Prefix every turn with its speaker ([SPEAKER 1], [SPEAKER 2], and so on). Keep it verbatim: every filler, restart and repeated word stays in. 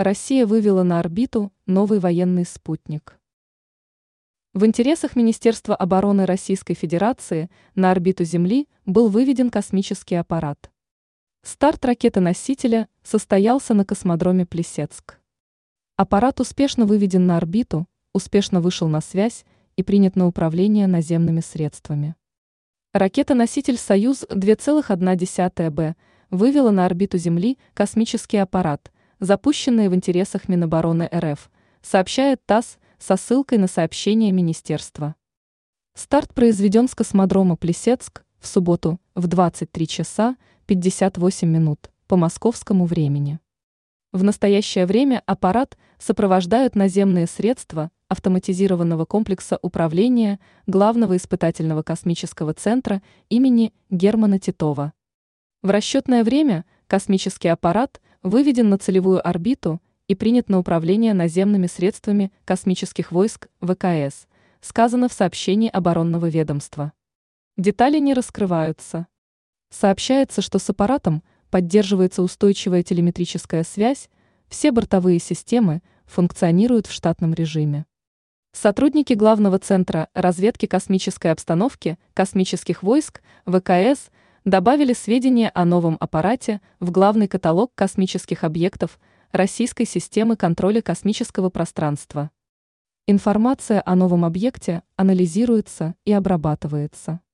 [SPEAKER 1] Россия вывела на орбиту новый военный спутник. В интересах Министерства обороны Российской Федерации на орбиту Земли был выведен космический аппарат. Старт ракеты-носителя состоялся на космодроме Плесецк. Аппарат успешно выведен на орбиту, успешно вышел на связь и принят на управление наземными средствами. Ракета-носитель «Союз-два целых одна десятая Б» вывела на орбиту Земли космический аппарат, запущенный в интересах Минобороны РФ, сообщает ТАСС со ссылкой на сообщение министерства. Старт произведен с космодрома Плесецк в субботу в двадцать три часа пятьдесят восемь минут по московскому времени. В настоящее время аппарат сопровождают наземные средства автоматизированного комплекса управления Главного испытательного космического центра имени Германа Титова. В расчетное время космический аппарат выведен на целевую орбиту и принят на управление наземными средствами космических войск ВКС, сказано в сообщении оборонного ведомства. Детали не раскрываются. Сообщается, что с аппаратом поддерживается устойчивая телеметрическая связь, все бортовые системы функционируют в штатном режиме. Сотрудники Главного центра разведки космической обстановки космических войск ВКС добавили сведения о новом аппарате в главный каталог космических объектов Российской системы контроля космического пространства. Информация о новом объекте анализируется и обрабатывается.